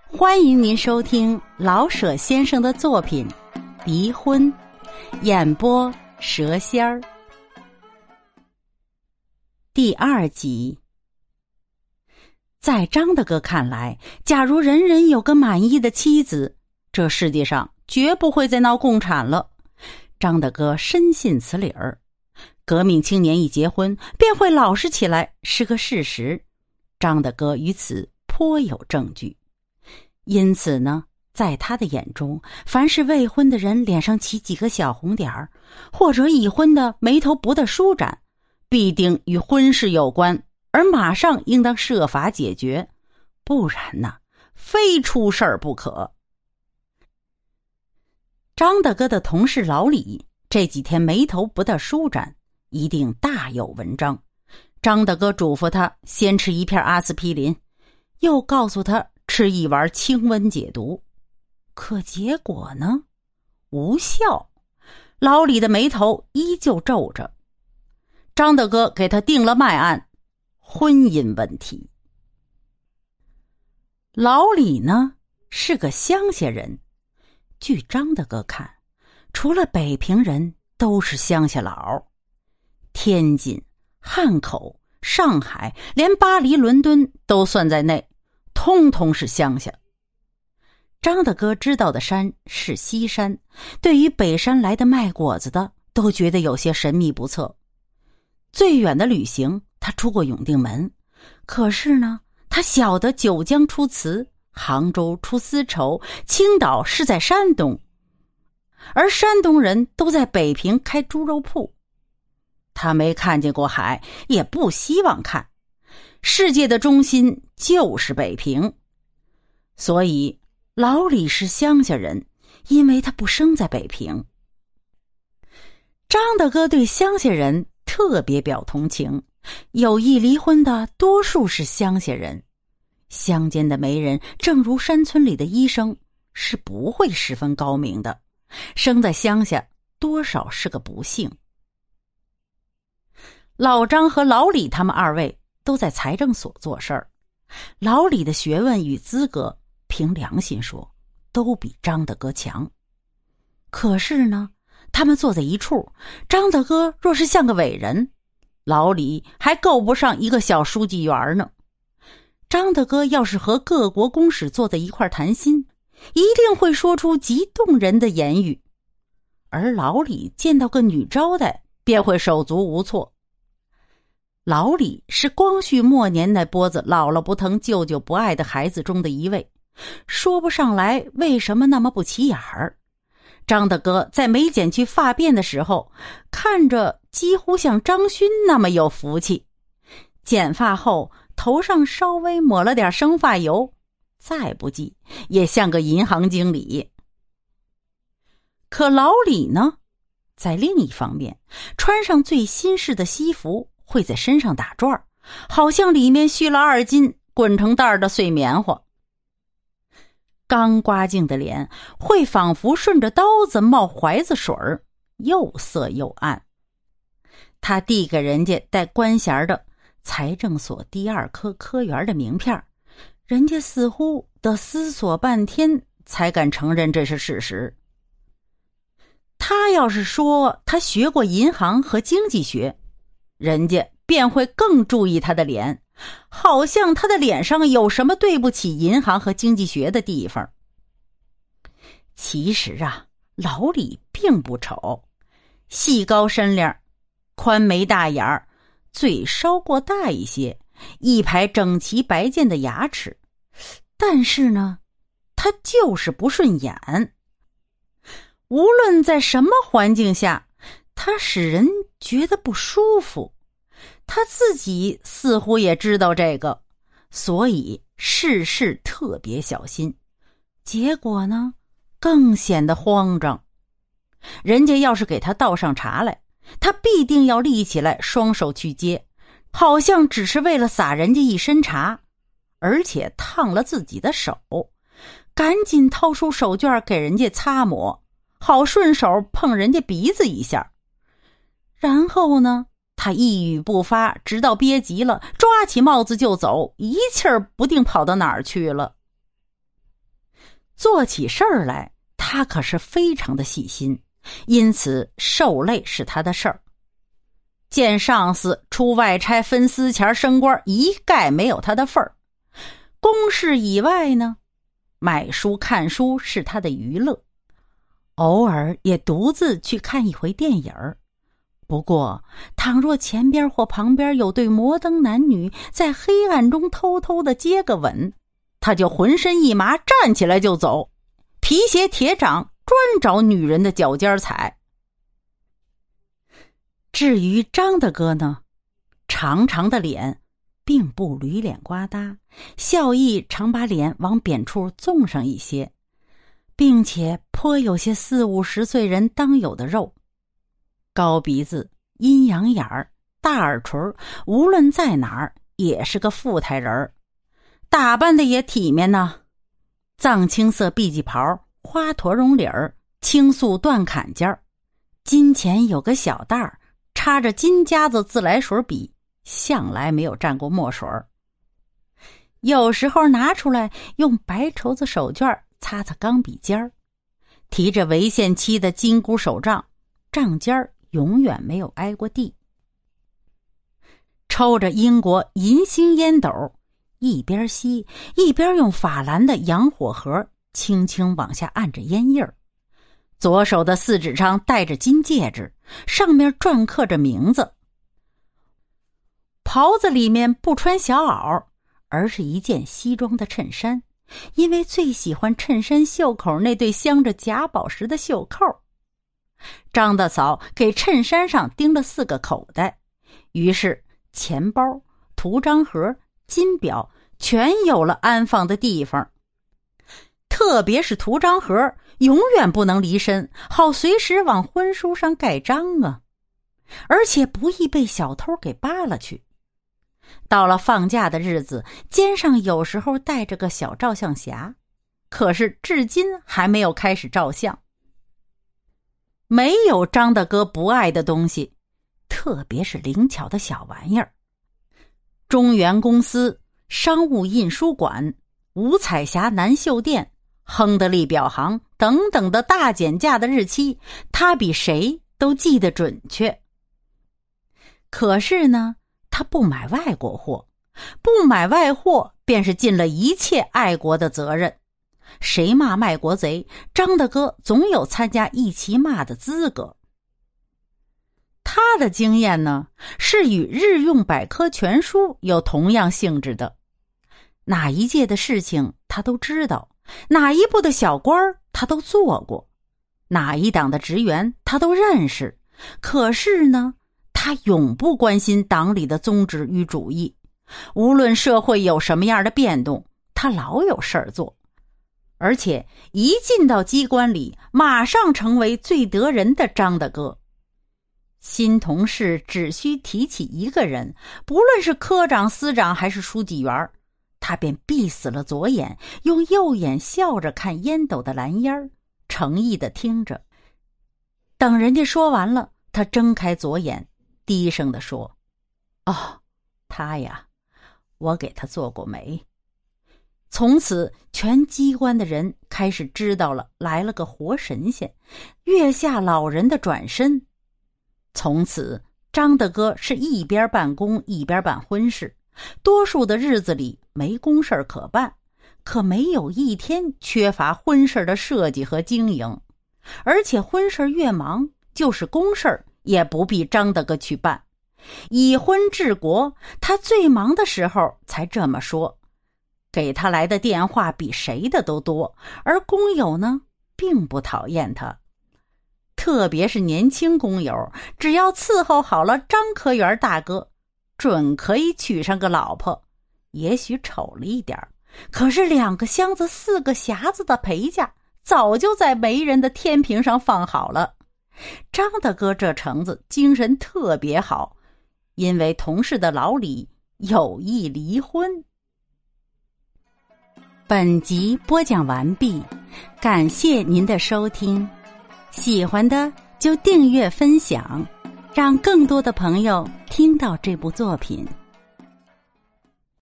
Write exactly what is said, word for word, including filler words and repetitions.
欢迎您收听老舍先生的作品《离婚》，演播蛇仙儿。第二集。在张大哥看来，假如人人有个满意的妻子，这世界上绝不会再闹共产了。张大哥深信此理儿，革命青年一结婚便会老实起来是个事实，张大哥于此颇有证据。因此呢，在他的眼中，凡是未婚的人脸上起几个小红点儿，或者已婚的眉头不得舒展，必定与婚事有关，而马上应当设法解决，不然呢，非出事儿不可。张大哥的同事老李这几天眉头不得舒展，一定大有文章。张大哥嘱咐他先吃一片阿司匹林，又告诉他吃一丸清瘟解毒，可结果呢，无效。老李的眉头依旧皱着。张大哥给他定了脉案，婚姻问题。老李呢，是个乡下人，据张大哥看，除了北平人都是乡下佬。天津、汉口、上海，连巴黎、伦敦都算在内，通通是乡下。张大哥知道的山是西山，对于北山来的卖果子的都觉得有些神秘不测。最远的旅行他出过永定门，可是呢，他晓得九江出瓷，杭州出丝绸，青岛是在山东，而山东人都在北平开猪肉铺。他没看见过海，也不希望看。世界的中心就是北平，所以老李是乡下人，因为他不生在北平。张大哥对乡下人特别表同情，有意离婚的多数是乡下人。乡间的媒人正如山村里的医生，是不会十分高明的，生在乡下多少是个不幸。老张和老李他们二位都在财政所做事儿，老李的学问与资格，凭良心说，都比张大哥强。可是呢，他们坐在一处，张大哥若是像个伟人，老李还够不上一个小书记员呢。张大哥要是和各国公使坐在一块谈心，一定会说出极动人的言语，而老李见到个女招待，便会手足无措。老李是光绪末年那波子姥姥不疼舅舅不爱的孩子中的一位，说不上来为什么那么不起眼儿。张大哥在没剪去发辫的时候，看着几乎像张勋那么有福气，剪发后头上稍微抹了点生发油，再不济也像个银行经理。可老李呢，在另一方面，穿上最新式的西服会在身上打转，好像里面续了二斤滚成袋的碎棉花。刚刮净的脸会仿佛顺着刀子冒怀子水儿，又涩又暗。他递给人家带官衔的财政所第二科科员的名片，人家似乎得思索半天才敢承认这是事实。他要是说他学过银行和经济学，人家便会更注意他的脸，好像他的脸上有什么对不起银行和经济学的地方。其实啊，老李并不丑，细高身量，宽眉大眼儿，嘴稍过大一些，一排整齐白健的牙齿，但是呢，他就是不顺眼。无论在什么环境下，他使人觉得不舒服。他自己似乎也知道这个，所以事事特别小心，结果呢，更显得慌张。人家要是给他倒上茶来，他必定要立起来双手去接，好像只是为了洒人家一身茶，而且烫了自己的手，赶紧掏出手绢给人家擦抹，好顺手碰人家鼻子一下。然后呢，他一语不发，直到憋急了，抓起帽子就走，一气儿不定跑到哪儿去了。 做起事儿来他可是非常的细心，因此受累是他的事儿。见上司出外差分私钱升官，一概没有他的份儿。公事以外呢，买书看书是他的娱乐，偶尔也独自去看一回电影儿。不过倘若前边或旁边有对摩登男女在黑暗中偷偷的接个吻，他就浑身一麻，站起来就走，皮鞋铁掌，专找女人的脚尖踩。至于张大哥呢，长长的脸并不驴脸呱嗒，笑意常把脸往扁处纵上一些，并且颇有些四五十岁人当有的肉。高鼻子，阴阳眼儿，大耳垂，无论在哪儿也是个富态人儿，打扮的也体面呢。藏青色碧记袍，花驼绒领儿，青素缎坎肩儿，襟前有个小袋儿，插着金夹子自来水笔，向来没有沾过墨水。有时候拿出来用白绸子手绢擦擦钢笔尖儿，提着围线期的金箍手杖，杖尖儿永远没有挨过地。抽着英国银星烟斗，一边吸一边用法兰的洋火盒轻轻往下按着烟叶儿。左手的四指上戴着金戒指，上面篆刻着名字。袍子里面不穿小袄，而是一件西装的衬衫，因为最喜欢衬衫袖口那对镶着假宝石的袖扣。张大嫂给衬衫上钉了四个口袋，于是钱包、图章盒、金表全有了安放的地方。特别是图章盒永远不能离身，好随时往婚书上盖章啊，而且不易被小偷给扒了去。到了放假的日子，肩上有时候带着个小照相匣，可是至今还没有开始照相。没有张大哥不爱的东西，特别是灵巧的小玩意儿。中原公司、商务印书馆、五彩霞南绣店、亨德利表行等等的大减价的日期，他比谁都记得准确。可是呢，他不买外国货，不买外货便是尽了一切爱国的责任。谁骂卖国贼，张大哥总有参加一起骂的资格。他的经验呢，是与日用百科全书有同样性质的。哪一届的事情他都知道，哪一部的小官他都做过，哪一党的职员他都认识。可是呢，他永不关心党里的宗旨与主义，无论社会有什么样的变动，他老有事儿做。而且一进到机关里，马上成为最得人的张大哥。新同事只需提起一个人，不论是科长、司长还是书记员，他便闭死了左眼，用右眼笑着看烟斗的蓝烟，诚意地听着。等人家说完了，他睁开左眼，低声地说：哦，他呀，我给他做过媒。从此全机关的人开始知道了，来了个活神仙，月下老人的转身。从此张大哥是一边办公一边办婚事，多数的日子里没公事可办，可没有一天缺乏婚事的设计和经营。而且婚事越忙，就是公事也不必张大哥去办。以婚治国，他最忙的时候才这么说。给他来的电话比谁的都多，而工友呢，并不讨厌他。特别是年轻工友，只要伺候好了张科员大哥，准可以娶上个老婆。也许丑了一点，可是两个箱子四个匣子的陪嫁，早就在媒人的天平上放好了。张大哥这橙子精神特别好，因为同事的老李有意离婚。本集播讲完毕，感谢您的收听。喜欢的就订阅分享，让更多的朋友听到这部作品。